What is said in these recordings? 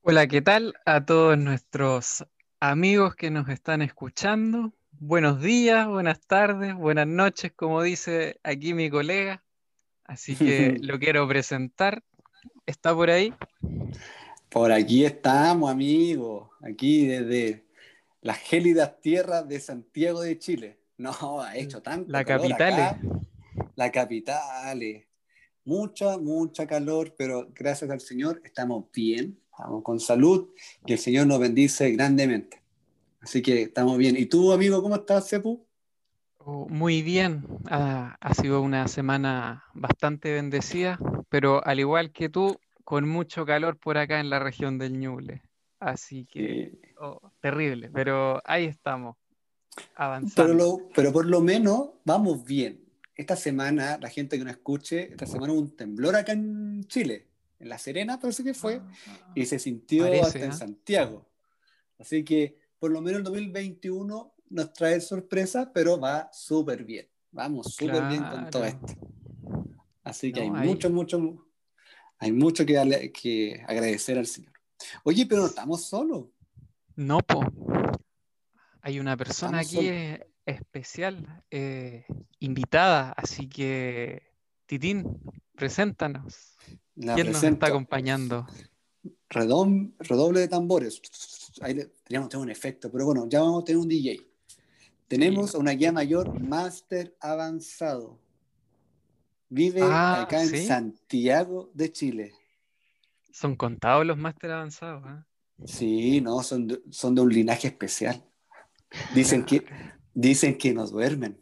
Hola, ¿qué tal a todos nuestros amigos que nos están escuchando? Buenos días, buenas tardes, buenas noches, como dice aquí mi colega. Así que lo quiero presentar. ¿Está por ahí? Por aquí estamos, amigos, aquí desde las gélidas tierras de Santiago de Chile. No, ha hecho tanto La calor capital. acá, la capital, mucha calor, pero gracias al Señor estamos bien, estamos con salud, que el Señor nos bendice grandemente. Así que estamos bien. ¿Y tú, amigo, cómo estás, Sepu? Muy bien. Ha sido una semana bastante bendecida, pero al igual que tú, con mucho calor por acá en la región del Ñuble. Así que, Sí. terrible, pero ahí estamos, Pero, avanzando. pero por lo menos vamos bien. Esta semana, la gente que nos escuche, esta semana hubo un temblor acá en Chile, en La Serena parece que fue, Ah, y se sintió parece, hasta en ¿ah? Santiago. Así que por lo menos el 2021 nos trae sorpresa, pero va súper bien. Vamos súper bien con todo Claro. esto. Así que No, ahí. hay mucho que agradecer al Señor. Oye, pero no estamos solos, No, po. Hay una no persona estamos aquí solos. especial, invitada, así que, Titín, preséntanos. La ¿Quién nos está presento. acompañando? Redoble de tambores. Teníamos que tener un efecto, pero bueno, ya vamos a tener un DJ. Sí. Tenemos a una guía mayor máster avanzado. Vive Ah, acá en sí. Santiago de Chile. Son contados los máster avanzados, ¿ah? Sí, no, son de un linaje especial. Dicen que, Claro. dicen que no duermen.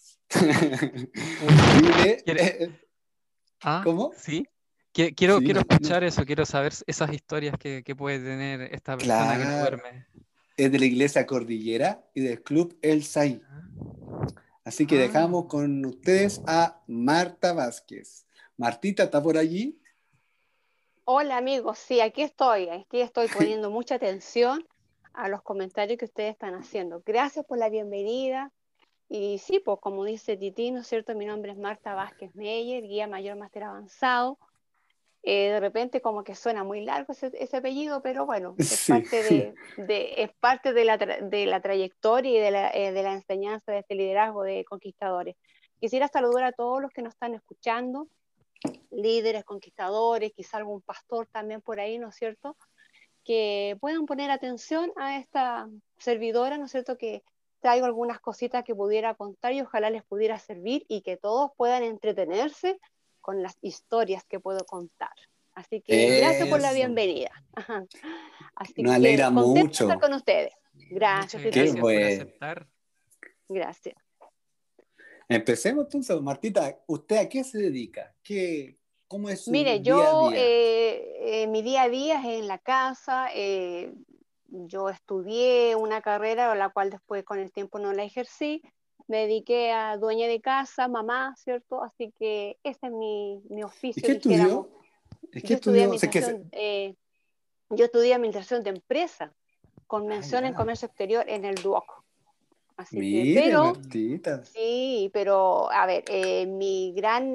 Uy, Vive, ¿quiere- ¿cómo? sí. Sí, Quiero no, escuchar eso, quiero saber esas historias que puede tener esta persona que no claro, duerme. es de la iglesia Cordillera y del club El Saí. Así que Ah, dejamos con ustedes a Marta Vázquez. Martita, ¿está por allí? Hola amigos, sí, aquí estoy poniendo mucha atención a los comentarios que ustedes están haciendo. Gracias por la bienvenida. Y sí, pues como dice Titi, ¿no es cierto? Mi nombre es Marta Vázquez Meyer, guía mayor máster avanzado. De repente como que suena muy largo ese apellido, pero bueno, es Sí. parte es parte de la trayectoria y de la enseñanza de este liderazgo de conquistadores. Quisiera saludar a todos los que nos están escuchando, líderes, conquistadores, quizá algún pastor también por ahí, ¿no es cierto? Que puedan poner atención a esta servidora, ¿no es cierto? Que traigo algunas cositas que pudiera contar y ojalá les pudiera servir y que todos puedan entretenerse con las historias que puedo contar. Así que gracias por la Eso. bienvenida. Ajá. Así Nos que alegra contenta de estar mucho. con ustedes. muchas Gracias, Qué Titino. gracias por bueno. aceptar. Gracias. Empecemos entonces, Martita. ¿Usted a qué se dedica? ¿Cómo es su Mire, día a yo, día? mi día a día es en la casa. Yo estudié una carrera, la cual después con el tiempo no la ejercí. Me dediqué a dueña de casa, mamá, ¿cierto? Así que ese es mi ¿Y oficio, qué dijéramos. estudió? ¿Y qué Yo estudié estudió? O sea, administración, yo estudié administración de empresa con Ah, mención en ya. comercio exterior en el DUOC. Así que, Mire, pero Martita. sí, pero a ver, mi gran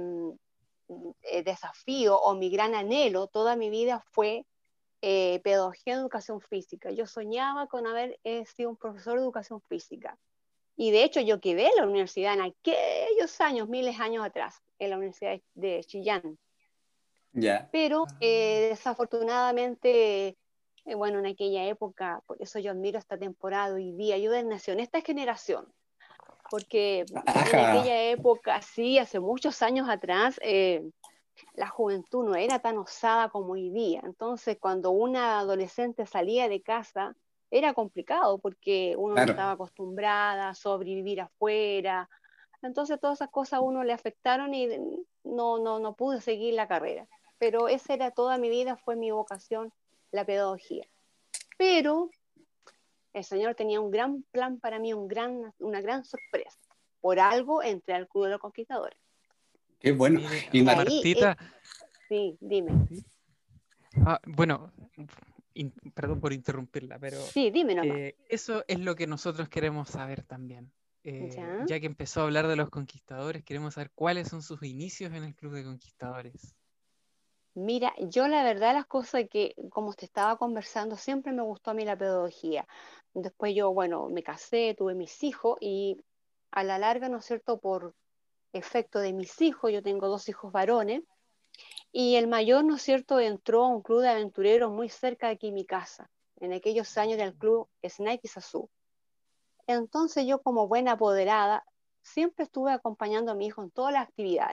desafío o mi gran anhelo toda mi vida fue pedagogía de educación física. Yo soñaba con haber sido un profesor de educación física. Y de hecho yo quedé en la universidad en aquellos años, miles de años atrás, en la Universidad de Chillán. Ya. Pero desafortunadamente, bueno, en aquella época, por eso yo admiro esta temporada hoy día, yo nací en esta generación, porque en Ajá. aquella época, sí, hace muchos años atrás, la juventud no era tan osada como hoy día. Entonces, cuando una adolescente salía de casa, era complicado porque uno no Claro. estaba acostumbrada a sobrevivir afuera. Entonces, todas esas cosas a uno le afectaron y no pude seguir la carrera. Pero esa era toda mi vida, fue mi vocación, la pedagogía. Pero el Señor tenía un gran plan para mí, una gran sorpresa. Por algo entré al Club de los Conquistadores. Qué bueno. Mire, Y Y ahí, Martita, sí, dime. ¿sí? Bueno, perdón por interrumpirla, pero Sí, dime nomás. eso es lo que nosotros queremos saber también. Ya. Ya que empezó a hablar de los conquistadores, queremos saber cuáles son sus inicios en el Club de Conquistadores. Mira, yo la verdad las cosas que, como te estaba conversando, siempre me gustó a mí la pedagogía. Después yo, bueno, me casé, tuve mis hijos y a la larga, ¿no es cierto?, por efecto de mis hijos, yo tengo 2 hijos varones, y el mayor, ¿no es cierto?, entró a un club de aventureros muy cerca de aquí de mi casa, en aquellos años del club Snake Azul. Entonces yo como buena apoderada, siempre estuve acompañando a mi hijo en todas las actividades.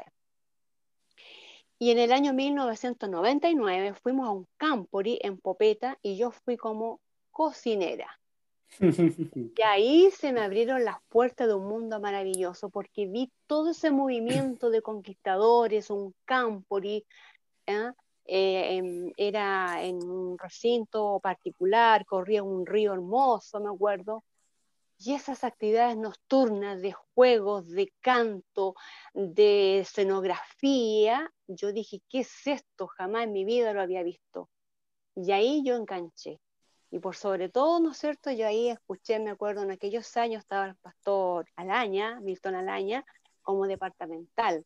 Y en el año 1999 fuimos a un campori en Popeta y yo fui como cocinera. Y ahí se me abrieron las puertas de un mundo maravilloso porque vi todo ese movimiento de conquistadores, un campori, ¿eh? Era en un recinto particular, corría un río hermoso, me acuerdo, y esas actividades nocturnas de juegos, de canto, de escenografía, yo dije, ¿qué es esto? Jamás en mi vida lo había visto. Y ahí yo enganché. Y por sobre todo, ¿no es cierto? Yo ahí escuché, me acuerdo, en aquellos años estaba el pastor Alaña, Milton Alaña, como departamental.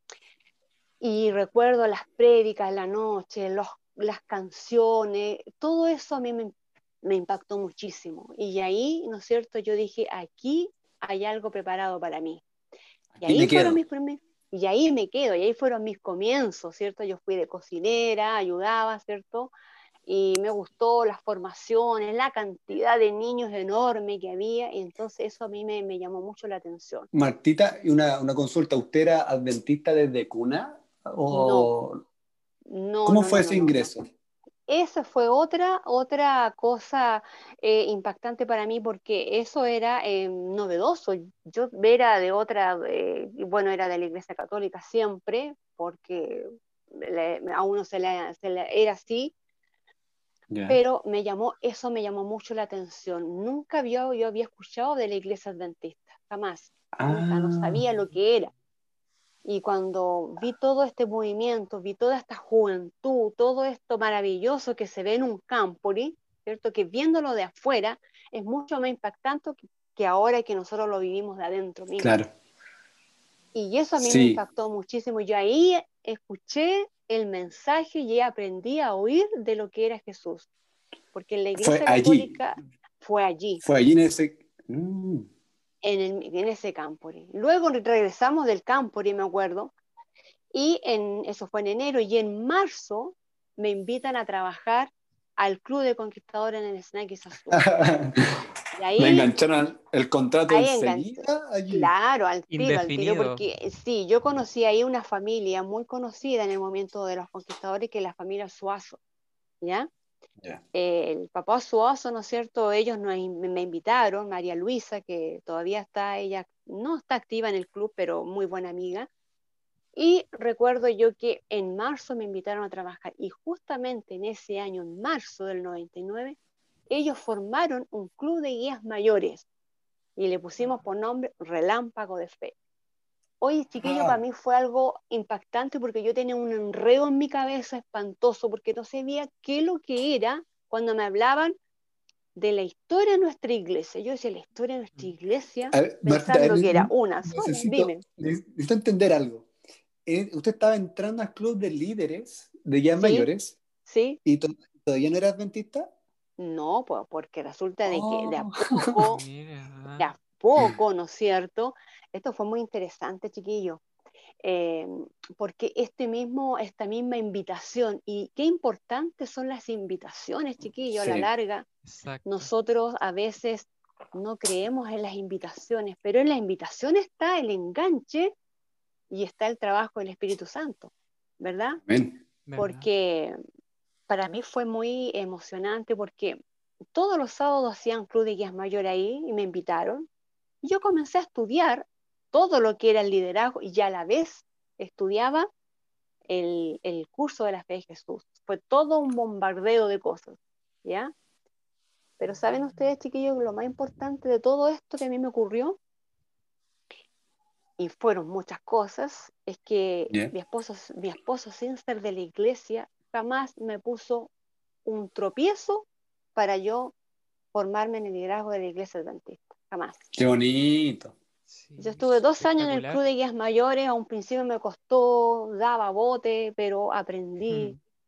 Y recuerdo las prédicas en la noche, las canciones, todo eso a mí me impactó muchísimo. Y ahí, ¿no es cierto? Yo dije, aquí hay algo preparado para mí. Y Aquí ahí me fueron quedo. mis primeros, y ahí me quedo, y ahí fueron mis comienzos, ¿cierto? Yo fui de cocinera, ayudaba, ¿cierto? Y me gustó las formaciones, la cantidad de niños enorme que había, y entonces eso a mí me llamó mucho la atención. Martita, y una consulta, ¿usted era adventista desde cuna? No, ¿O no, cómo no, fue no, no, ese no, no. ingreso? Esa fue otra cosa impactante para mí porque eso era novedoso. Yo era de otra, bueno, era de la Iglesia Católica siempre, porque a uno era así, Ya. pero eso me llamó mucho la atención. Nunca yo había escuchado de la Iglesia Adventista, jamás, nunca, no Ah, sabía lo que era. Y cuando vi todo este movimiento, vi toda esta juventud, todo esto maravilloso que se ve en un campori, ¿cierto? Que viéndolo de afuera es mucho más impactante que ahora que nosotros lo vivimos de adentro mismo. claro. Y eso a mí me Sí. impactó muchísimo. Yo ahí escuché el mensaje y aprendí a oír de lo que era Jesús. Porque en la Fue Iglesia allí. Católica fue allí, Fue allí en ese. Mm. en ese campori. Luego regresamos del campori, me acuerdo. Y eso fue en enero y en marzo me invitan a trabajar al Club de Conquistadores en el Snake Azul. Y Me ahí, engancharon el contrato ahí enganché. enseguida allí. Claro, al tiro, Indefinido. porque sí, yo conocí ahí una familia muy conocida en el momento de los conquistadores, que es la familia Suazo, ¿ya? Ya. El papá Suazo, ¿no es cierto? Ellos me invitaron, María Luisa, que todavía está, ella no está activa en el club, pero muy buena amiga. Y recuerdo yo que en marzo me invitaron a trabajar y justamente en ese año, en marzo del 99, ellos formaron un club de guías mayores y le pusimos por nombre Relámpago de Fe. Hoy, chiquillo, para Ah, mí fue algo impactante porque yo tenía un enredo en mi cabeza espantoso porque no sabía qué lo que era cuando me hablaban de la historia de nuestra iglesia. Yo decía, la historia de nuestra iglesia, a ver, Martita, pensando que era una sola. necesito, Dime. necesito entender algo. Usted estaba entrando al club de líderes de guías ¿Sí? mayores ¿Sí? y todavía no era adventista. No, pues porque resulta de que Oh. de Mira, a poco, ¿no es cierto? Esto fue muy interesante, chiquillo, eh, porque esta misma invitación, y qué importantes son las invitaciones, chiquillo, a la Sí, larga. exacto. Nosotros a veces no creemos en las invitaciones, pero en la invitación está el enganche y está el trabajo del Espíritu Santo, ¿verdad? amén. ¿Verdad? Porque para mí fue muy emocionante porque todos los sábados hacían club de guías mayor ahí y me invitaron. Y yo comencé a estudiar todo lo que era el liderazgo y a la vez estudiaba el curso de la fe de Jesús. Fue todo un bombardeo de cosas, ¿ya? Pero ¿saben ustedes, chiquillos, lo más importante de todo esto que a mí me ocurrió? Y fueron muchas cosas, es que Ya. mi esposo sin ser de la iglesia jamás me puso un tropiezo para yo formarme en el liderazgo de la iglesia adventista, jamás. Qué bonito. Yo Sí, estuve 2 años en el espectacular. club de guías mayores, a un principio me costó, daba bote, pero aprendí.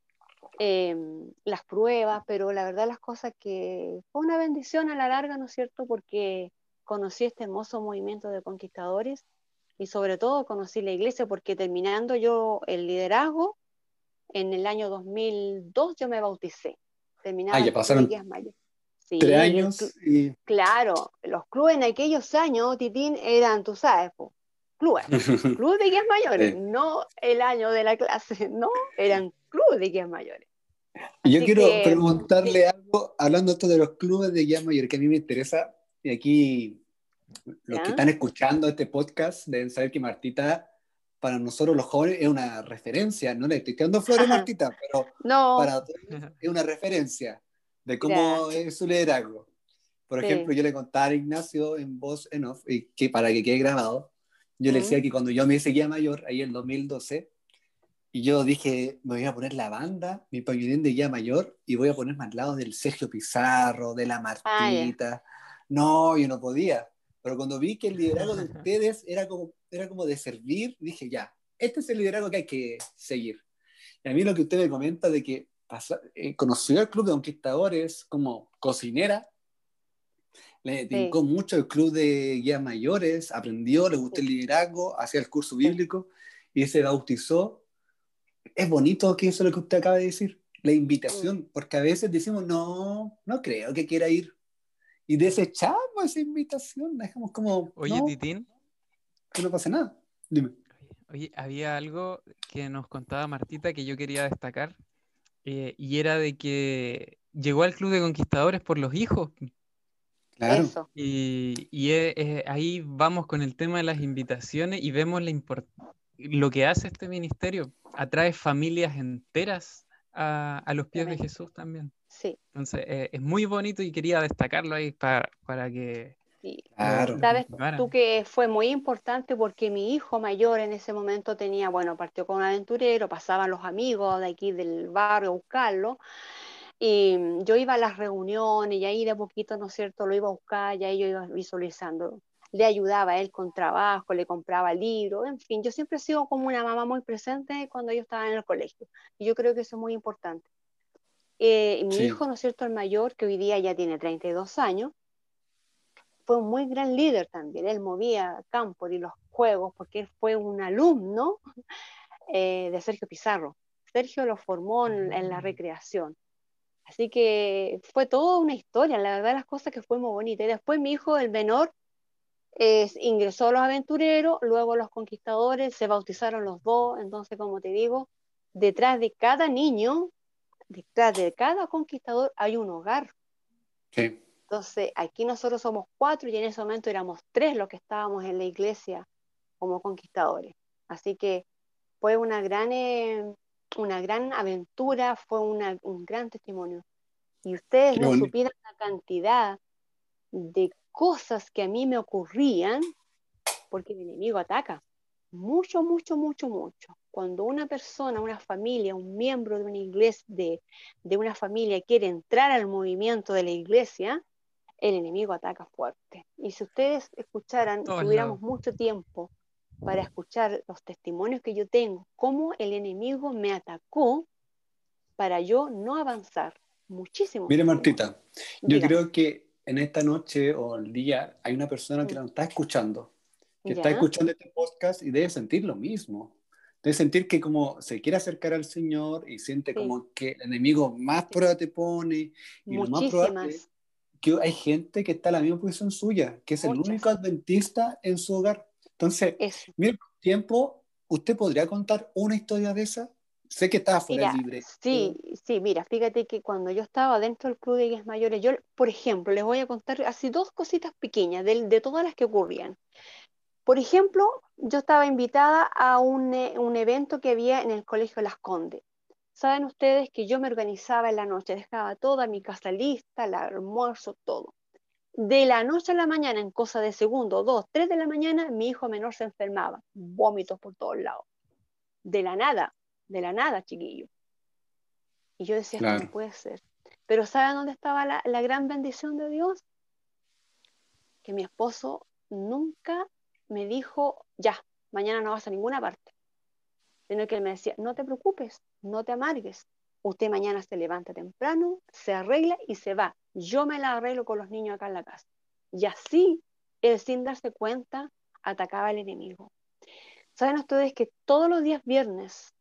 las pruebas, pero la verdad las cosas que fue una bendición a la larga, ¿no es cierto? Porque conocí este hermoso movimiento de conquistadores y sobre todo conocí la iglesia porque terminando yo el liderazgo, en el año 2002 yo me bauticé, terminaba Ya el club de pasaron guías mayores. 3 años y... Claro, los clubes en aquellos años, Titín, eran, tú sabes, po, clubes, clubes de guías mayores, Sí. no el año de la clase, no, eran clubes de guías mayores. Y yo Así quiero que, preguntarle algo, hablando esto de los clubes de guía mayor, que a mí me interesa, y aquí los que ¿ya? están escuchando este podcast deben saber que Martita, para nosotros los jóvenes, es una referencia. No le estoy tirando flores, Martita, pero No, para todos es una referencia de cómo gracias, es su liderazgo. Por ejemplo, sí. yo le contaba a Ignacio en voz en off, y que para que quede grabado, yo le ¿Mm? decía que cuando yo me hice guía mayor, ahí en 2012, y yo dije, me voy a poner la banda, mi pañuelín de guía mayor, y voy a ponerme al lado del Sergio Pizarro, de la Ah, ya, Martita. No, yo no podía. Pero cuando vi que el liderazgo de ustedes era como de servir, dije, ya, este es el liderazgo que hay que seguir. Y a mí lo que usted me comenta de que conoció el Club de Conquistadores como cocinera, le sí, tincó mucho el Club de Guías Mayores, aprendió, le gustó sí, el liderazgo, hacía el curso sí. bíblico y se bautizó. Es bonito que eso es lo que usted acaba de decir, la Mm. invitación, porque a veces decimos, no, no creo que quiera ir. Y desechamos esa invitación, dejamos como, Oye, no, Titín, que no pase nada. Dime. oye, había algo que nos contaba Martita que yo quería destacar, y era de que llegó al Club de Conquistadores por los hijos. Claro, Eso, Y ahí vamos con el tema de las invitaciones y vemos lo que hace este ministerio. Atrae familias enteras a los pies de tremendo. Jesús también. Sí, Entonces, es muy bonito y quería destacarlo ahí para que y lo claro. sabes tú confirmaran. que fue muy importante porque mi hijo mayor en ese momento tenía, bueno, partió con un aventurero, pasaban los amigos de aquí del barrio a buscarlo. Y yo iba a las reuniones y ahí de a poquito, ¿no es cierto?, lo iba a buscar, y ahí yo iba visualizando. Le ayudaba a él con trabajo, le compraba libros, en fin, yo siempre he sido como una mamá muy presente cuando yo estaba en el colegio. Y yo creo que eso es muy importante. Y mi Sí. hijo, ¿no es cierto?, el mayor, que hoy día ya tiene 32 años, fue un muy gran líder también. Él movía campo y los juegos porque él fue un alumno de Sergio Pizarro. Sergio lo formó en la Mm. recreación. Así que fue toda una historia, la verdad las cosas que fue muy bonita. Y después mi hijo, el menor, ingresó a los aventureros, luego a los conquistadores, se bautizaron los dos, entonces como te digo, detrás de cada niño, detrás de cada conquistador hay un hogar. Sí. Entonces aquí nosotros somos cuatro y en ese momento éramos tres los que estábamos en la iglesia como conquistadores. Así que fue una gran aventura, fue un gran testimonio. Y ustedes Qué no bonito. supieran la cantidad de cosas que a mí me ocurrían porque el enemigo ataca. Mucho, mucho, mucho, mucho. Cuando una persona, una familia, un miembro de una iglesia, de una familia quiere entrar al movimiento de la iglesia, el enemigo ataca fuerte. Y si ustedes escucharan, Todos tuviéramos lados. mucho tiempo para escuchar los testimonios que yo tengo, cómo el enemigo me atacó para yo no avanzar. Muchísimos Mire, testimonios. Martita, yo Dígame. creo que en esta noche o el día hay una persona que Mm. nos está escuchando, que está ¿Ya? escuchando este podcast y debe sentir lo mismo. Debe sentir que como se quiere acercar al Señor y siente Sí, como que el enemigo más sí. prueba te pone y lo más probable Muchísimas. que hay gente que está en la misma posición suya, que es el único Muchas. adventista en su hogar. Entonces, Eso. mire, por tiempo, ¿usted podría contar una historia de esa? Sé que está fuera del Mira, sí, libreto. sí, mira, fíjate que cuando yo estaba dentro del Club de Guías Mayores, yo, por ejemplo, les voy a contar así dos cositas pequeñas de todas las que ocurrían. Por ejemplo, yo estaba invitada a un evento que había en el Colegio Las Condes. Saben ustedes que yo me organizaba en la noche, dejaba toda mi casa lista, el almuerzo, todo. De la noche a la mañana, en cosa de segundo, 2, 3 de la mañana, mi hijo menor se enfermaba, vómitos por todos lados. De la nada, chiquillo. Y yo decía, esto no Claro. puede ser. Pero ¿saben dónde estaba la gran bendición de Dios? Que mi esposo nunca me dijo, ya, mañana no vas a ninguna parte. Sino que él me decía, no te preocupes, no te amargues. usted mañana se levanta temprano, se arregla y se va. Yo me la arreglo con los niños acá en la casa. Y así, él sin darse cuenta, atacaba al enemigo. ¿Saben ustedes que todos los días viernes,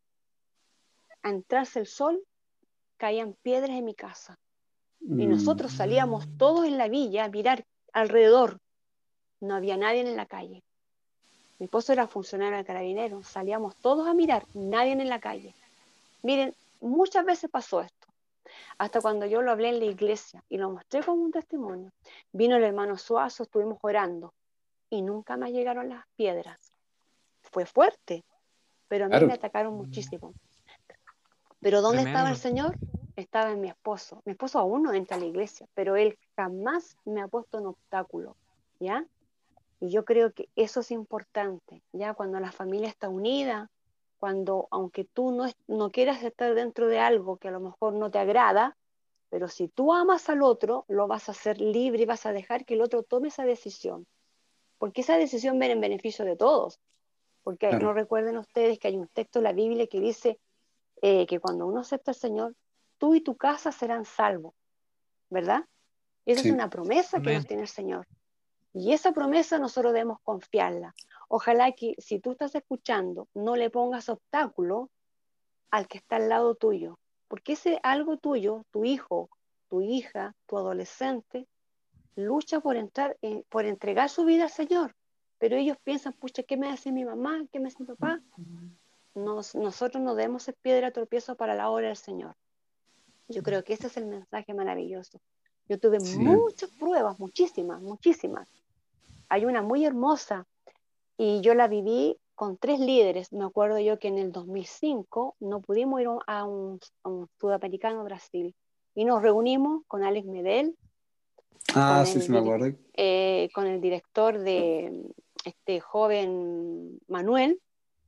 a entrarse el sol, caían piedras en mi casa? Y nosotros salíamos todos en la villa a mirar alrededor. No había nadie en la calle. Mi esposo era funcionario de Carabineros. Salíamos todos a mirar, nadie en la calle. Miren, muchas veces pasó esto. Hasta cuando yo lo hablé en la iglesia y lo mostré como un testimonio. Vino el hermano Suazo, estuvimos orando y nunca más llegaron las piedras. Fue fuerte, pero a mí me atacaron muchísimo. Pero ¿dónde estaba el Señor? Estaba en mi esposo. Mi esposo aún no entra a la iglesia, pero él jamás me ha puesto un obstáculo, ¿ya? Y yo creo que eso es importante, ¿ya? Cuando la familia está unida, cuando aunque tú no quieras estar dentro de algo que a lo mejor no te agrada, pero si tú amas al otro, lo vas a hacer libre y vas a dejar que el otro tome esa decisión. Porque esa decisión viene en beneficio de todos. Porque no recuerden ustedes que hay un texto en la Biblia que dice que cuando uno acepta al Señor, tú y tu casa serán salvos, ¿verdad? Y esa es una promesa que nos tiene el Señor. Y esa promesa nosotros debemos confiarla. Ojalá que si tú estás escuchando, no le pongas obstáculo al que está al lado tuyo. Porque ese algo tuyo, tu hijo, tu hija, tu adolescente, lucha por entregar su vida al Señor. Pero ellos piensan, pucha, ¿qué me hace mi mamá? ¿Qué me hace mi papá? Nosotros no debemos ser piedra de tropiezo para la obra del Señor. Yo creo que ese es el mensaje maravilloso. Yo tuve muchas pruebas, muchísimas, muchísimas. Hay una muy hermosa y yo la viví con 3 líderes. Me acuerdo yo que en el 2005 no pudimos ir a un sudamericano Brasil y nos reunimos con Alex Medel, con el director de este joven Manuel.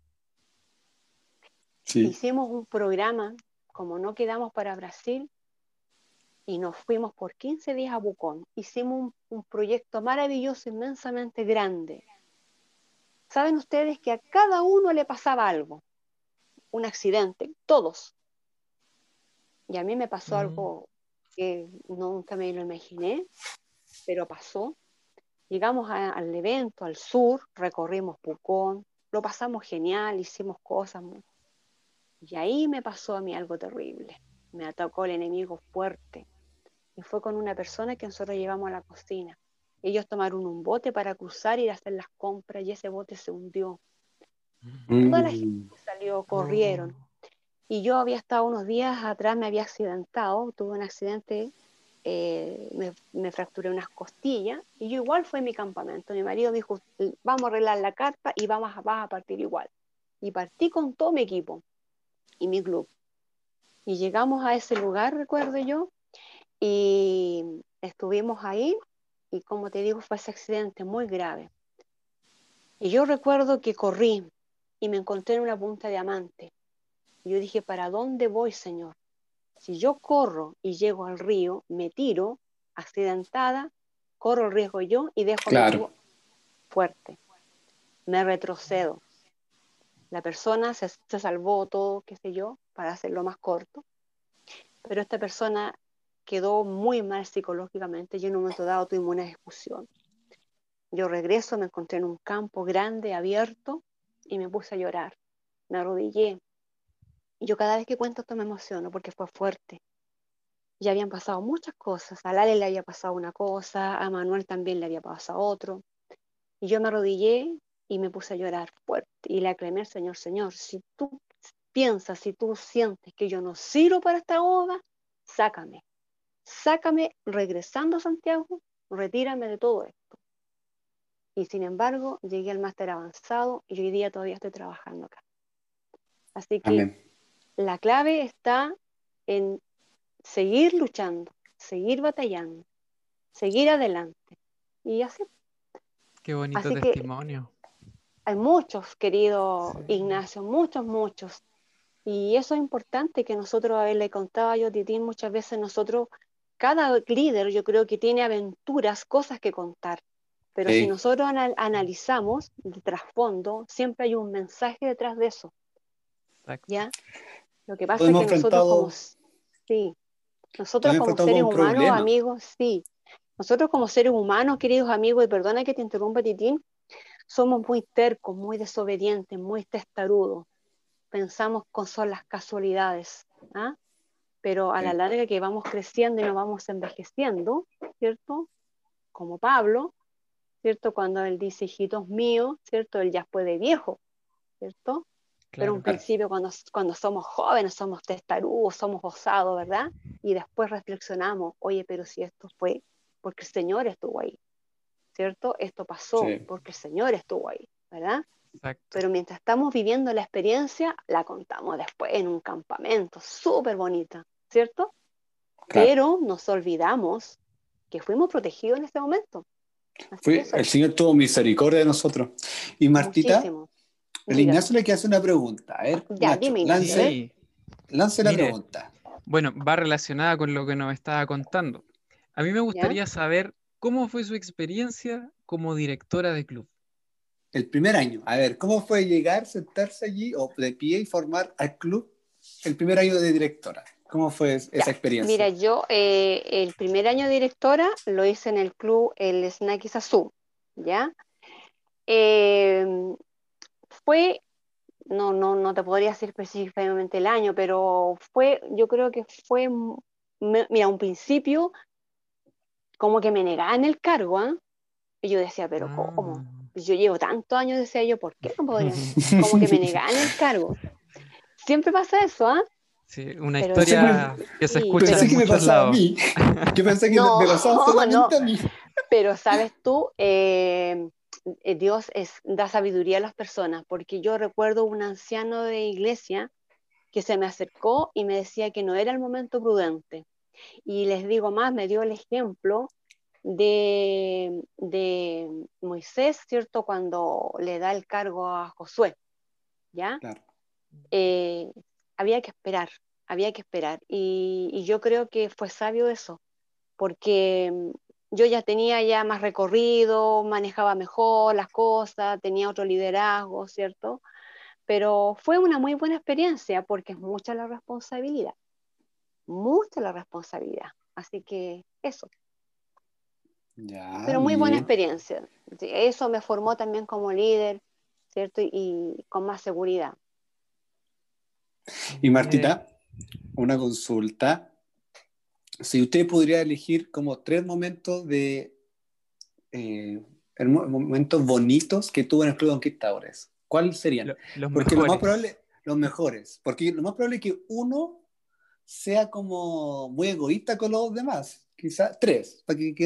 Hicimos un programa, como no quedamos para Brasil, y nos fuimos por 15 días a Bucón. Hicimos un proyecto maravilloso, inmensamente grande. Saben ustedes que a cada uno le pasaba algo, un accidente, todos. Y a mí me pasó algo que nunca me lo imaginé, pero pasó. Llegamos al evento, al sur, recorrimos Pucón, lo pasamos genial, hicimos cosas. Y ahí me pasó a mí algo terrible. Me atacó el enemigo fuerte. Y fue con una persona que nosotros llevamos a la cocina. Ellos tomaron un bote para cruzar y ir a hacer las compras y ese bote se hundió. Toda la gente salió, corrieron. Y yo había estado unos días atrás, me había accidentado, tuve un accidente, me fracturé unas costillas y yo igual fue a mi campamento. Mi marido dijo, vamos a arreglar la carpa y vas a partir igual. Y partí con todo mi equipo y mi club. Y llegamos a ese lugar, recuerdo yo, y estuvimos ahí y como te digo, fue ese accidente muy grave. Y yo recuerdo que corrí y me encontré en una punta de diamante. Y yo dije, ¿para dónde voy, Señor? Si yo corro y llego al río, me tiro, accidentada, corro el riesgo yo y dejo a mi equipo fuerte. Me retrocedo. La persona se salvó todo, qué sé yo, para hacerlo más corto. Pero esta persona quedó muy mal psicológicamente y en un momento dado tuvimos una discusión. Yo regreso, me encontré en un campo grande, abierto, y me puse a llorar. Me arrodillé. Y yo cada vez que cuento esto me emociono porque fue fuerte. Ya habían pasado muchas cosas. A Lale le había pasado una cosa, a Manuel también le había pasado otro. Y yo me arrodillé y me puse a llorar fuerte. Y le aclamé al Señor, Señor, si tú piensas, si tú sientes que yo no sirvo para esta obra, sácame. Sácame regresando a Santiago, retírame de todo esto. Y sin embargo, llegué al máster avanzado y hoy día todavía estoy trabajando acá. Así que la clave está en seguir luchando, seguir batallando, seguir adelante. Y así. Qué bonito testimonio. Hay muchos, querido Ignacio, muchos. Y eso es importante que nosotros, a ver, le contaba yo a Titín, muchas veces nosotros, cada líder yo creo que tiene aventuras, cosas que contar. Pero si nosotros analizamos el trasfondo, siempre hay un mensaje detrás de eso. Exacto. ¿Ya? Lo que pasa es que nosotros sí. Nosotros También fue como todo seres un humanos, problema. amigos, sí. Nosotros como seres humanos, queridos amigos, y perdona que te interrumpa, Titín, somos muy tercos, muy desobedientes, muy testarudos. Pensamos que son las casualidades, ¿ah? Pero a la Sí. larga que vamos creciendo y nos vamos envejeciendo, ¿cierto? Como Pablo, ¿cierto? Cuando él dice, hijitos míos, ¿cierto? Él ya fue de viejo, ¿cierto? Pero un Claro. principio cuando somos jóvenes, somos testarudos, somos osados, ¿verdad? Y después reflexionamos, oye, pero si esto fue porque el Señor estuvo ahí, ¿cierto? Esto pasó Sí. porque el Señor estuvo ahí, ¿verdad? Exacto. Pero mientras estamos viviendo la experiencia, la contamos después en un campamento, súper bonita, ¿cierto? Claro. Pero nos olvidamos que fuimos protegidos en ese momento. Así que eso, El Señor tuvo misericordia de nosotros. Y Martita, muchísimo. el Dígame. Ignacio le quiere hacer una pregunta. A ver, Ya, Nacho, dime, Ignacio, a ver. Sí, lance la mire, pregunta. bueno, va relacionada con lo que nos estaba contando. A mí me ¿Ya? gustaría saber cómo fue su experiencia como directora de club. El primer año. A ver, ¿cómo fue llegar, sentarse allí o de pie y formar al club el primer año de directora? ¿Cómo fue esa Ya. Mira, experiencia? yo el primer año de directora lo hice en el club El Snackies Azul, ¿ya? Eh, fue, no te podría decir específicamente el año, pero yo creo que fue, mira, un principio como que me negaban el cargo, ¿ah? Y yo decía, pero Ah. ¿cómo? Pues yo llevo tantos años, decía yo, ¿por qué no podría? Como que me negaban el cargo. Siempre pasa eso, ¿ah? Sí, una Pero Pensé que después me, historia que se sí, escucha pensé en que me muchos pasaba a lados. mí. Yo pensé que no, me pasaba no, solamente a mí. pero sabes tú, Dios da sabiduría a las personas, porque yo recuerdo un anciano de iglesia que se me acercó y me decía que no era el momento prudente. Y les digo más, me dio el ejemplo de Moisés, ¿cierto? Cuando le da el cargo a Josué, ¿ya? Claro. Eh, había que esperar, había que esperar. Y yo creo que fue sabio eso, porque yo ya tenía ya más recorrido, manejaba mejor las cosas, tenía otro liderazgo, ¿cierto? Pero fue una muy buena experiencia porque es mucha la responsabilidad. Así que eso, Ya, pero muy buena bien. experiencia. Sí, eso me formó también como líder, ¿cierto? Y con más seguridad. Y Mire, Martita, una consulta. Si usted podría elegir como tres momentos eh, momentos bonitos que tuvo en el Club de Conquistadores, ¿cuáles serían? los Porque lo más mejores. probable, los mejores, porque lo más probable es que uno sea como muy egoísta con los demás, quizás tres, para que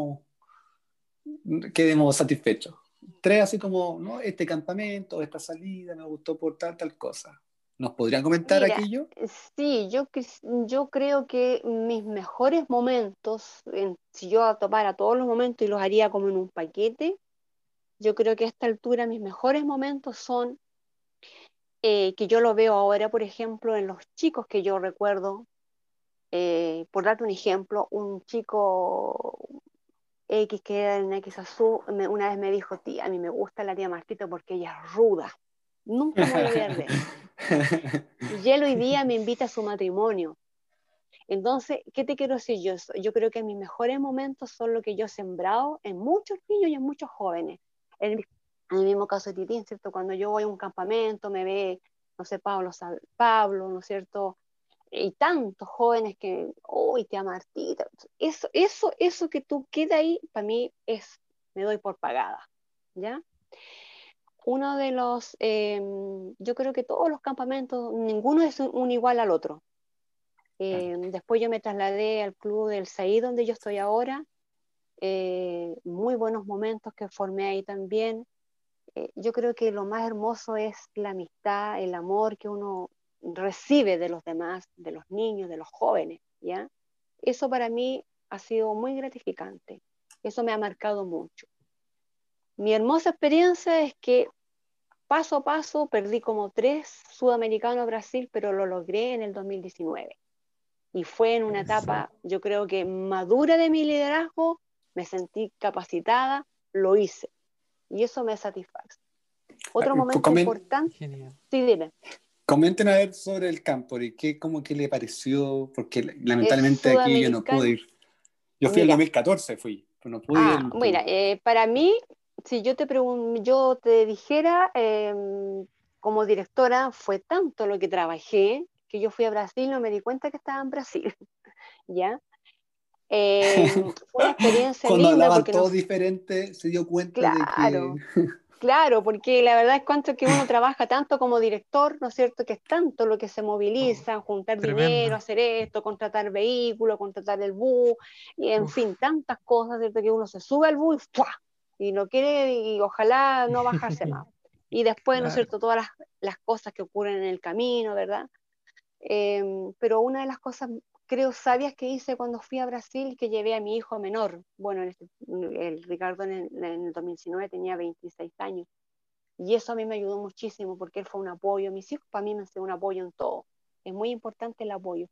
quedemos satisfechos. Tres así como, ¿no? Este campamento, esta salida, me gustó por tal cosa. ¿Nos podrían comentar Mira, aquello? sí, yo creo que mis mejores momentos, si yo tomara todos los momentos y los haría como en un paquete, yo creo que a esta altura mis mejores momentos son que yo lo veo ahora, por ejemplo, en los chicos que yo recuerdo. Por darte un ejemplo, un chico X que era en X Azul, una vez me dijo, tía, a mí me gusta la tía Martita porque ella es ruda. Nunca me voy a olvidar de eso. Y él hoy día me invita a su matrimonio. Entonces, ¿qué te quiero decir yo? Yo creo que mis mejores momentos son lo que yo he sembrado en muchos niños y en muchos jóvenes. En el mismo caso de Titín, ¿cierto? Cuando yo voy a un campamento, me ve, no sé, Pablo, ¿no es cierto? Y tantos jóvenes que, uy, tía Martita, eso que tú queda ahí, para mí me doy por pagada, ¿ya? Uno de yo creo que todos los campamentos, ninguno es un igual al otro. Claro. Después yo me trasladé al club del Saí, donde yo estoy ahora, muy buenos momentos que formé ahí también. Yo creo que lo más hermoso es la amistad, el amor que uno recibe de los demás, de los niños, de los jóvenes, ¿ya? Eso para mí ha sido muy gratificante. Eso me ha marcado mucho. Mi hermosa experiencia es que paso a paso perdí como 3 sudamericanos a Brasil, pero lo logré en el 2019. Y fue en una Eso. etapa, yo creo que madura de mi liderazgo, me sentí capacitada, lo hice. Y eso me satisface. Otro momento Comen- importante, Genial. sí, dime. Comenten a ver sobre el campo y cómo que le pareció, porque Es lamentablemente aquí yo no pude sudamericano. ir. Yo fui el Mira, 2014, pero no pude ir el mira, último. para mí, si yo te dijera, como directora, fue tanto lo que trabajé que yo fui a Brasil y no me di cuenta que estaba en Brasil, ¿ya? Fue una experiencia Cuando linda hablaban porque todos diferentes, se dio cuenta de que... claro, claro, porque la verdad es cuanto que uno trabaja tanto como director, ¿no es cierto? Que es tanto lo que se moviliza, juntar dinero, Tremendo. hacer esto, contratar vehículos, contratar el bus, y en Uf, fin, tantas cosas, ¿cierto? Que uno se sube al bus y ¡fua! Y no quiere, y ojalá no bajarse más. Y después, ¿no es claro. cierto? Todas las cosas que ocurren en el camino, ¿verdad? Pero una de las cosas, creo, sabias que hice cuando fui a Brasil, que llevé a mi hijo menor, bueno, el Ricardo en el 2019 tenía 26 años, y eso a mí me ayudó muchísimo porque él fue un apoyo, mis hijos para mí me han sido un apoyo en todo, es muy importante el apoyo.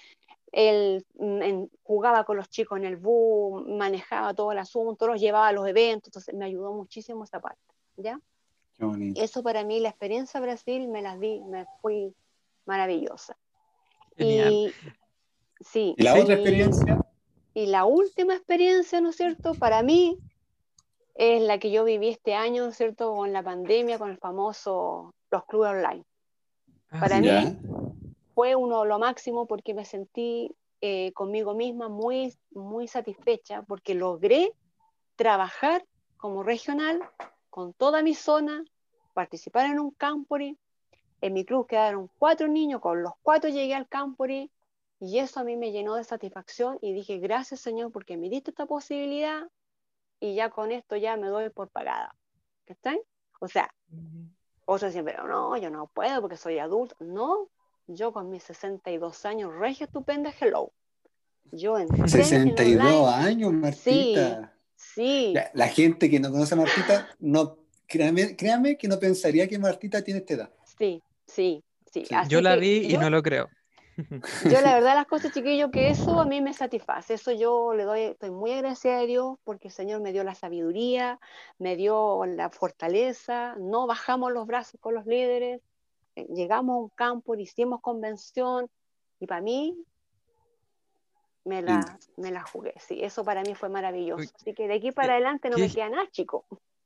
Él jugaba con los chicos en el bus, manejaba todo el asunto, los llevaba a los eventos, entonces me ayudó muchísimo esa parte, ¿ya? Qué bonito. Eso para mí, la experiencia Brasil, me fui maravillosa. Genial. Y sí, ¿Y la Sí, otra experiencia? y la última experiencia, ¿no es cierto? Para mí es la que yo viví este año, ¿no es cierto? Con la pandemia, con el famoso, los clubes online. ah, Para sí. mí Ya. fue lo máximo porque me sentí conmigo misma muy, muy satisfecha porque logré trabajar como regional con toda mi zona, participar en un campori. En mi club quedaron 4 niños, con los 4 llegué al campori y eso a mí me llenó de satisfacción y dije, gracias Señor porque me diste esta posibilidad y ya con esto ya me doy por pagada. ¿Está? O sea, otros dicen, pero no, yo no puedo porque soy adulto. No, yo con mis 62 años, regia estupenda, hello. Yo entré en 62 online, años, sí, Martita. sí, Ya, la gente que no conoce a Martita, no, créame que no pensaría que Martita tiene esta edad. sí, sí, sí. Sí. Yo Así la que vi y no lo creo. yo la verdad las cosas, chiquillos, que eso a mí me satisface, eso yo le doy, estoy muy agradecida a Dios porque el Señor me dio la sabiduría, me dio la fortaleza, no bajamos los brazos con los líderes, llegamos a un campo, hicimos convención y para mí Lindo. me la jugué, sí, eso para mí fue maravilloso, Uy, así que de aquí para eh, adelante no me ¿qué? queda nada, chico,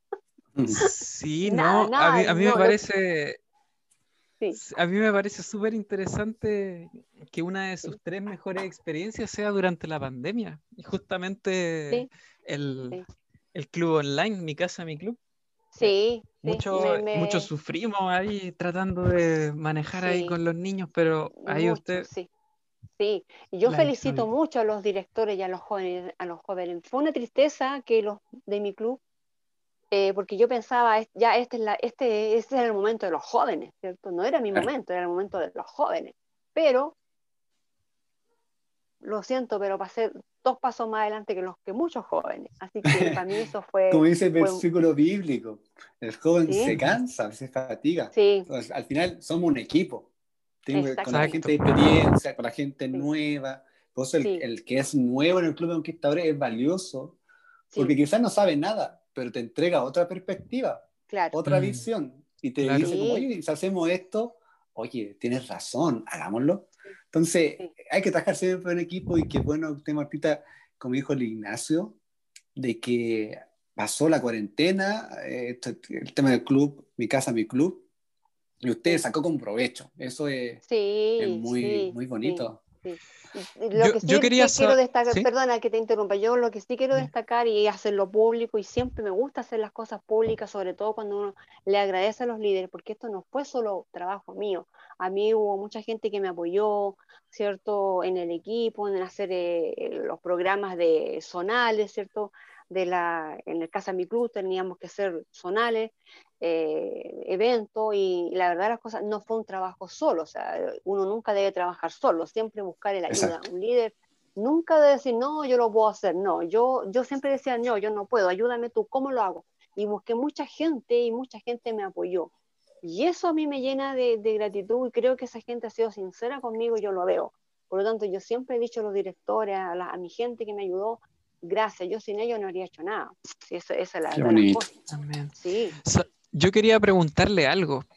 Sí, nada, no, nada, a mí me no, parece, sí, a mí me parece súper interesante que una de sus sí, tres mejores experiencias sea durante la pandemia. Y justamente sí, el, sí, el club online, Mi Casa, Mi Club. Eh, sí, sí, mucho sufrimos ahí tratando de manejar ahí sí, con los niños, pero ahí mucho, usted sí. Sí, y yo la hizo felicito bien. mucho a los directores y a los jóvenes, a los jóvenes. Fue una tristeza que los de mi club, porque yo pensaba, ya este es el momento de los jóvenes, ¿cierto? No era mi Claro. momento, era el momento de los jóvenes. Pero, lo siento, pero pasé 2 pasos más adelante que los que muchos jóvenes. Así que para mí eso Como dice el fue, versículo bíblico, el joven sí, se cansa, se fatiga. sí, Entonces, al final somos un equipo. Tengo con la gente Exacto. de experiencia, con la gente sí, nueva. Por eso sí, el que es nuevo en el Club de Conquistadores es valioso, sí, porque quizás no sabe nada, pero te entrega otra perspectiva, claro, otra Mm, visión, y te claro. dice como, sí, oye, si hacemos esto, oye, tienes razón, hagámoslo. sí, Entonces, sí, hay que trabajar siempre en equipo y qué bueno que usted, Martita, como dijo el Ignacio, de que pasó la cuarentena, el tema del club, mi casa, mi club, y usted sí. sacó con provecho. Eso es Sí, muy, sí, muy sí, bonito. sí. Y lo que Yo sí quería que quiero saber, destacar, ¿sí? perdona que te interrumpa, yo lo que sí quiero destacar y hacerlo público, y siempre me gusta hacer las cosas públicas, sobre todo cuando uno le agradece a los líderes, porque esto no fue solo trabajo mío. A mí hubo mucha gente que me apoyó, ¿cierto? En el equipo, en hacer los programas de zonales, ¿cierto? En el Casa Mi Club teníamos que hacer zonales evento y la verdad las cosas no fue un trabajo solo, o sea, uno nunca debe trabajar solo, siempre buscar el ayuda. Exacto. Un líder nunca debe decir, no, yo lo puedo hacer, no, yo siempre decía, no, yo no puedo, ayúdame tú, ¿cómo lo hago? Y busqué mucha gente y mucha gente me apoyó. Y eso a mí me llena de gratitud y creo que esa gente ha sido sincera conmigo, yo lo veo. Por lo tanto, yo siempre he dicho a los directores, a mi gente que me ayudó, gracias, yo sin ellos no habría hecho nada. Sí, esa es la Qué verdad de las bonito. cosas. Amén. Sí, Yo quería preguntarle algo.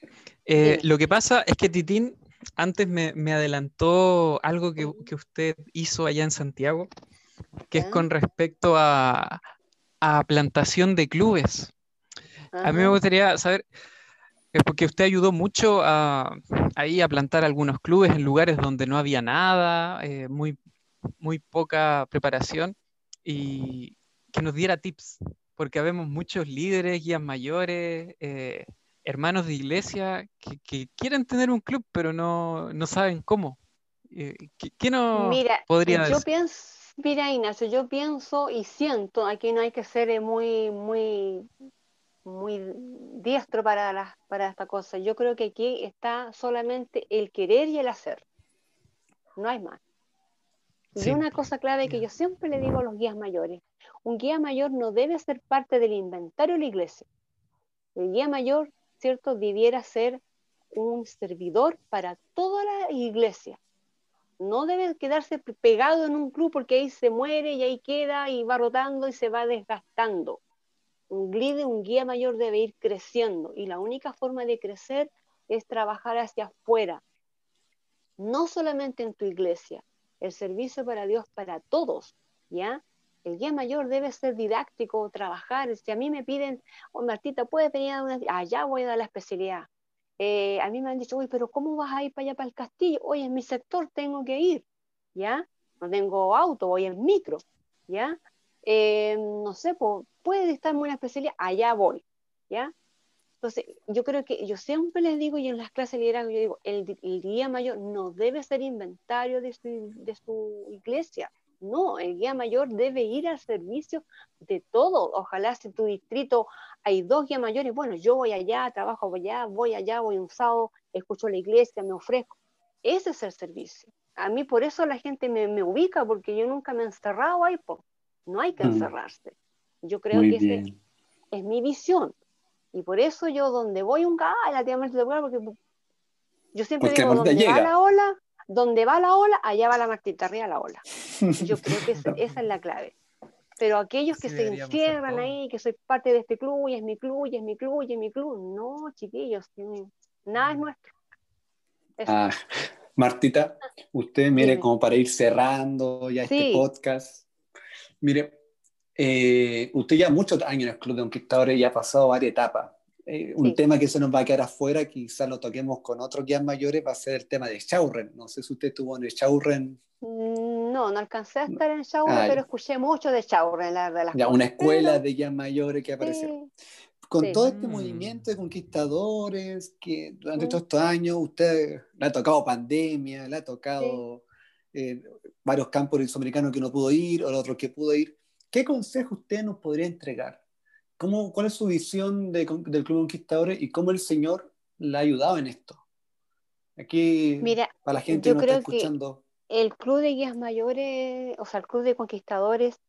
Dime. Lo que pasa es que Titín antes me adelantó algo que usted hizo allá en Santiago, que es ¿Ya? con respecto a plantación de clubes. A mí me Ajá. gustaría saber, porque usted ayudó mucho ahí a plantar algunos clubes en lugares donde no había nada, muy poca preparación, y que nos diera tips, porque habemos muchos líderes, guías mayores, hermanos de iglesia que quieren tener un club, pero no saben cómo. ¿Qué nos Mira, podría decir? mira, Ignacio, yo pienso y siento, aquí no hay que ser muy diestro para esta cosa. Yo creo que aquí está solamente el querer y el hacer, no hay más. Y Sí, una cosa clave que yo siempre le digo a los guías mayores, un guía mayor no debe ser parte del inventario de la iglesia. El guía mayor, ¿cierto?, debiera ser un servidor para toda la iglesia. No debe quedarse pegado en un club porque ahí se muere y ahí queda y va rotando y se va desgastando. Un guía mayor debe ir creciendo y la única forma de crecer es trabajar hacia afuera, no solamente en tu iglesia, el servicio para Dios para todos, ¿ya? El guía mayor debe ser didáctico, trabajar. Si a mí me piden, oh, Martita, ¿puedes venir a una? Allá voy a dar la especialidad. A mí me han dicho, oye, pero ¿cómo vas a ir para allá, para el castillo? Oye, en mi sector tengo que ir, ¿ya? No tengo auto, voy en micro, ¿ya? No sé, puede estar en una especialidad, allá voy, ¿ya? Entonces, yo creo que yo siempre les digo, y en las clases de liderazgo, yo digo, el guía mayor no debe ser inventario de su iglesia. No, el guía mayor debe ir al servicio de todo. Ojalá si en tu distrito hay 2 guías mayores, bueno, yo voy allá, trabajo allá, voy un sábado, escucho la iglesia, me ofrezco. Ese es el servicio. A mí por eso la gente me ubica, porque yo nunca me he encerrado ahí, po. No hay que encerrarse. Yo creo Muy que ese bien. es mi visión. Y por eso yo donde voy relativamente segura, porque yo siempre Porque la digo, Martita llega. donde va la ola, allá va la Martita, arriba la ola. Yo creo que esa es la clave. Pero aquellos que Así se deberíamos ser encierran todos. ahí, que soy parte de este club, y es mi club, y es mi club, y es mi club, no, chiquillos, nada es nuestro. Eso, Ah, Martita, usted mire dime. como para ir cerrando ya este Sí, podcast. Mire, usted ya muchos años en el Club de Conquistadores ya ha pasado varias etapas. Un sí. tema que se nos va a quedar afuera, quizás lo toquemos con otros guías mayores, va a ser el tema de Shauren. No sé si usted estuvo en el Shauren. No alcancé a estar en Chaurre, Ah, pero escuché mucho de Chaurre, la verdad de las ya, una cosas. escuela Pero, de guías mayores que aparecieron. sí, Con sí. todo este Mm, movimiento de conquistadores que durante Mm, todos estos años usted le ha tocado pandemia, le ha sí. tocado eh, varios campos sudamericanos que no pudo ir o los otros que pudo ir, ¿qué consejo usted nos podría entregar? ¿Cuál es su visión del Club Conquistadores y cómo el Señor le ha ayudado en esto? Aquí, Mira, para la gente que yo nos está creo que escuchando, el Club de Guías Mayores, o sea, el Club de Conquistadores,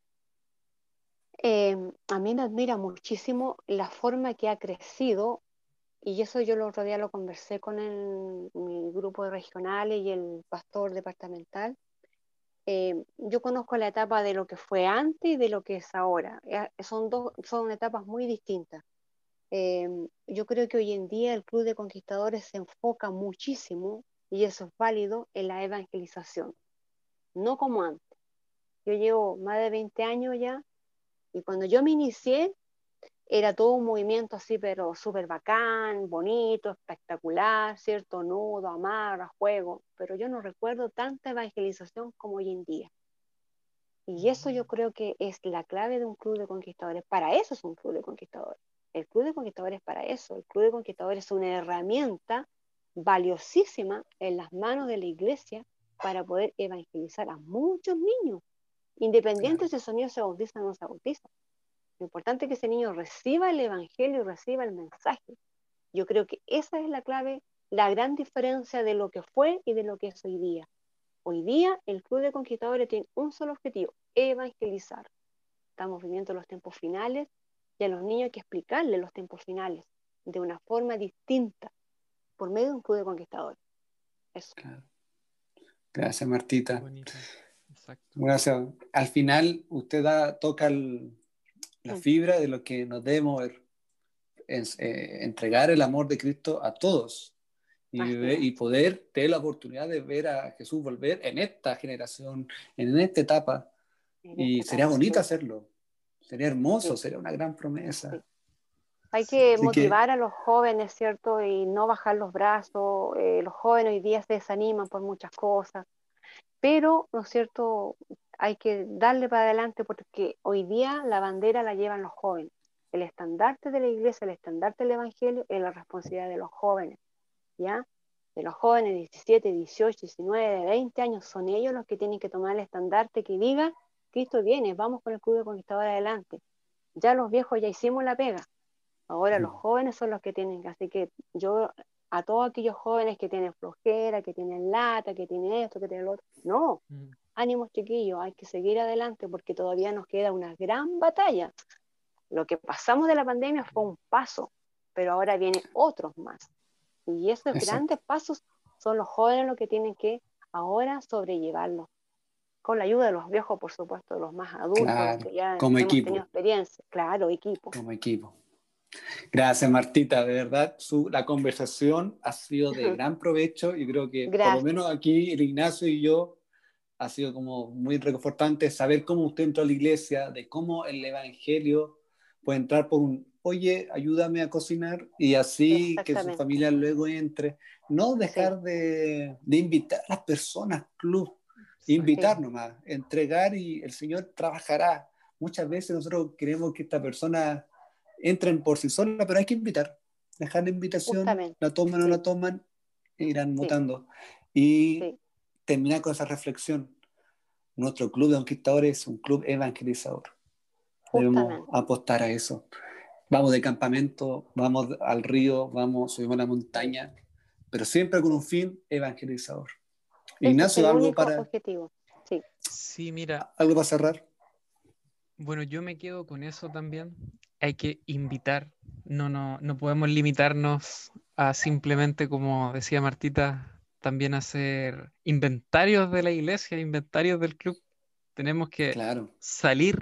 a mí me admira muchísimo la forma que ha crecido, y eso yo lo otro día lo conversé con mi grupo de regionales y el pastor departamental. Yo conozco la etapa de lo que fue antes y de lo que es ahora. Son etapas muy distintas. Eh, yo creo que hoy en día el Club de Conquistadores se enfoca muchísimo, y eso es válido, en la evangelización, no como antes. Yo llevo más de 20 años ya, y cuando yo me inicié era todo un movimiento así, pero súper bacán, bonito, espectacular, ¿cierto? Nudo, amarra, juego, pero yo no recuerdo tanta evangelización como hoy en día. Y eso yo creo que es la clave de un club de conquistadores. Para eso es un club de conquistadores. El club de conquistadores es para eso. El club de conquistadores es una herramienta valiosísima en las manos de la iglesia para poder evangelizar a muchos niños, independientes claro, si esos niños se bautizan o no se bautizan. Lo importante es que ese niño reciba el evangelio y reciba el mensaje. Yo creo que esa es la clave, la gran diferencia de lo que fue y de lo que es hoy día. Hoy día el Club de Conquistadores tiene un solo objetivo: evangelizar. Estamos viviendo los tiempos finales y a los niños hay que explicarles los tiempos finales de una forma distinta por medio de un Club de Conquistadores. Eso. claro. Gracias, qué Martita. bonito. Exacto. Gracias. Al final, usted toca la Mm, fibra de lo que nos debe mover, es entregar el amor de Cristo a todos. y poder tener la oportunidad de ver a Jesús volver en esta generación, en esta etapa. Y sería bonito hacerlo. Sería hermoso, sería una gran promesa. Sí. Hay que Así motivar a los jóvenes, ¿cierto? Y no bajar los brazos. Los jóvenes hoy día se desaniman por muchas cosas. Pero, ¿no es cierto? Hay que darle para adelante porque hoy día la bandera la llevan los jóvenes. El estandarte de la iglesia, el estandarte del evangelio es la responsabilidad de los jóvenes, ¿ya? De los jóvenes de 17, 18, 19, 20 años, son ellos los que tienen que tomar el estandarte que diga, Cristo viene, vamos con el Club de Conquistadores adelante. Ya los viejos ya hicimos la pega. Ahora los jóvenes son los que tienen, así que yo a todos aquellos jóvenes que tienen flojera, que tienen lata, que tienen esto, que tienen lo otro, no, ánimos chiquillos, hay que seguir adelante porque todavía nos queda una gran batalla. Lo que pasamos de la pandemia fue un paso, pero ahora vienen otros más. Y esos grandes pasos son los jóvenes los que tienen que ahora sobrellevarlos. Con la ayuda de los viejos, por supuesto, de los más adultos, claro, los que ya como hemos equipo. tenido experiencia. Claro, equipo. Como equipo. Gracias, Martita. De verdad, la conversación ha sido de gran provecho y creo que por lo menos aquí el Ignacio y yo ha sido como muy reconfortante saber cómo usted entró a la iglesia, de cómo el evangelio puede entrar por un, oye, ayúdame a cocinar y así que su familia luego entre. No dejar de invitar a las personas, club, invitar nomás, entregar y el Señor trabajará. Muchas veces nosotros queremos que esta persona entren por sí sola, pero hay que invitar, dejar la invitación, la toman o no la toman, e irán mutando. Y terminar con esa reflexión. Nuestro club de conquistadores es un club evangelizador. Debemos apostar a eso. Vamos de campamento, vamos al río, subimos a la montaña, pero siempre con un fin evangelizador. Ignacio, es el algo único para objetivo. Sí, mira. ¿Algo para cerrar? Bueno, yo me quedo con eso también. Hay que invitar. No podemos limitarnos a simplemente, como decía Martita, también hacer inventarios de la iglesia, inventarios del club. Tenemos que salir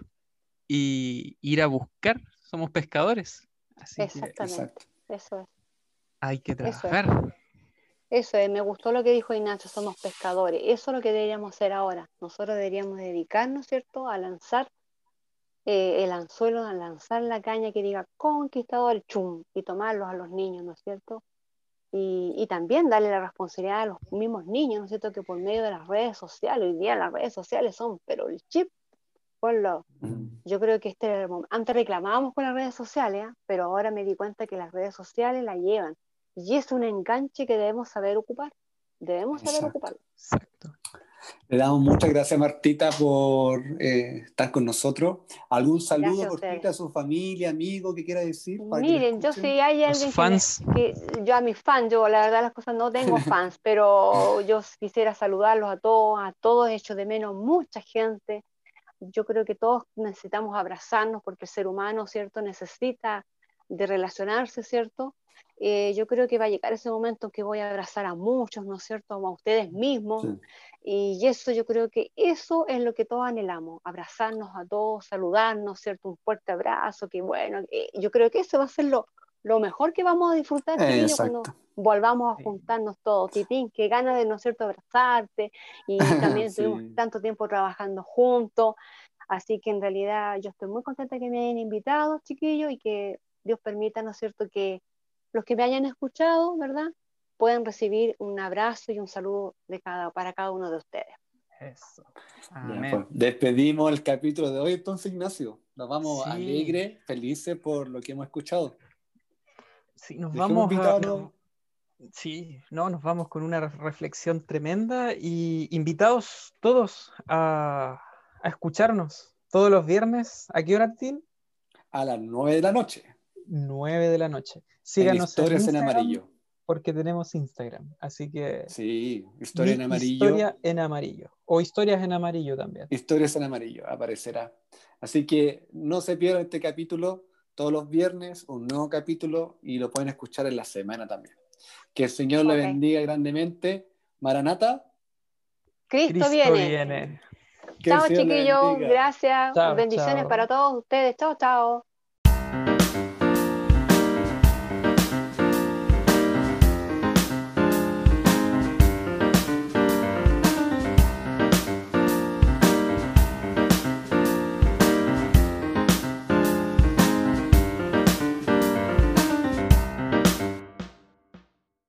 y ir a buscar. Somos pescadores. Así exactamente. Eso es. Hay que trabajar. Eso es, me gustó lo que dijo Ignacio, somos pescadores. Eso es lo que deberíamos hacer ahora. Nosotros deberíamos dedicarnos, ¿cierto?, a lanzar el anzuelo, a lanzar la caña que diga conquistador, chum, y tomarlos a los niños, ¿no es cierto? Y también darle la responsabilidad a los mismos niños, ¿no es cierto?, que por medio de las redes sociales, hoy día las redes sociales son, pero el chip, ponlo. Yo creo que este era el momento. Antes reclamábamos con las redes sociales, pero ahora me di cuenta que las redes sociales la llevan. Y es un enganche que debemos saber ocupar. Debemos saber ocuparlo. Exacto. Le damos muchas gracias, Martita, por estar con nosotros. ¿Algún saludo cortito a su familia, amigo, que quiera decir? Miren, yo si hay alguien fans. Yo a mis fans, yo la verdad las cosas no tengo fans, pero yo quisiera saludarlos a todos, echo de menos mucha gente. Yo creo que todos necesitamos abrazarnos porque el ser humano, ¿cierto?, necesita de relacionarse, ¿cierto? Yo creo que va a llegar ese momento que voy a abrazar a muchos, ¿no es cierto?, a ustedes mismos, y eso yo creo que eso es lo que todos anhelamos, abrazarnos a todos, saludarnos, ¿cierto?, un fuerte abrazo, que bueno, yo creo que eso va a ser lo mejor que vamos a disfrutar, chiquillos, cuando volvamos a juntarnos todos. Titín, qué ganas de, ¿no es cierto?, abrazarte, y también estuvimos tanto tiempo trabajando juntos, así que en realidad yo estoy muy contenta que me hayan invitado, chiquillos, y que Dios permita, ¿no es cierto?, que los que me hayan escuchado, ¿verdad?, pueden recibir un abrazo y un saludo para cada uno de ustedes. Eso. Amén. Pues, despedimos el capítulo de hoy entonces, Ignacio. Nos vamos alegres, felices por lo que hemos escuchado. Sí, nos vamos nos vamos con una reflexión tremenda y invitados todos a escucharnos todos los viernes. ¿A qué hora, Tim? A las 9 de la noche. 9 de la noche. Síganos en Historias en Amarillo. Porque tenemos Instagram, así que... Sí, Historia en Amarillo. Historia en Amarillo. O Historias en Amarillo también. Historias en Amarillo aparecerá. Así que no se pierdan este capítulo todos los viernes, un nuevo capítulo, y lo pueden escuchar en la semana también. Que el Señor le bendiga grandemente. Maranata. Cristo viene. Chao, chiquillos. Gracias. Bendiciones para todos ustedes. Chao, chao.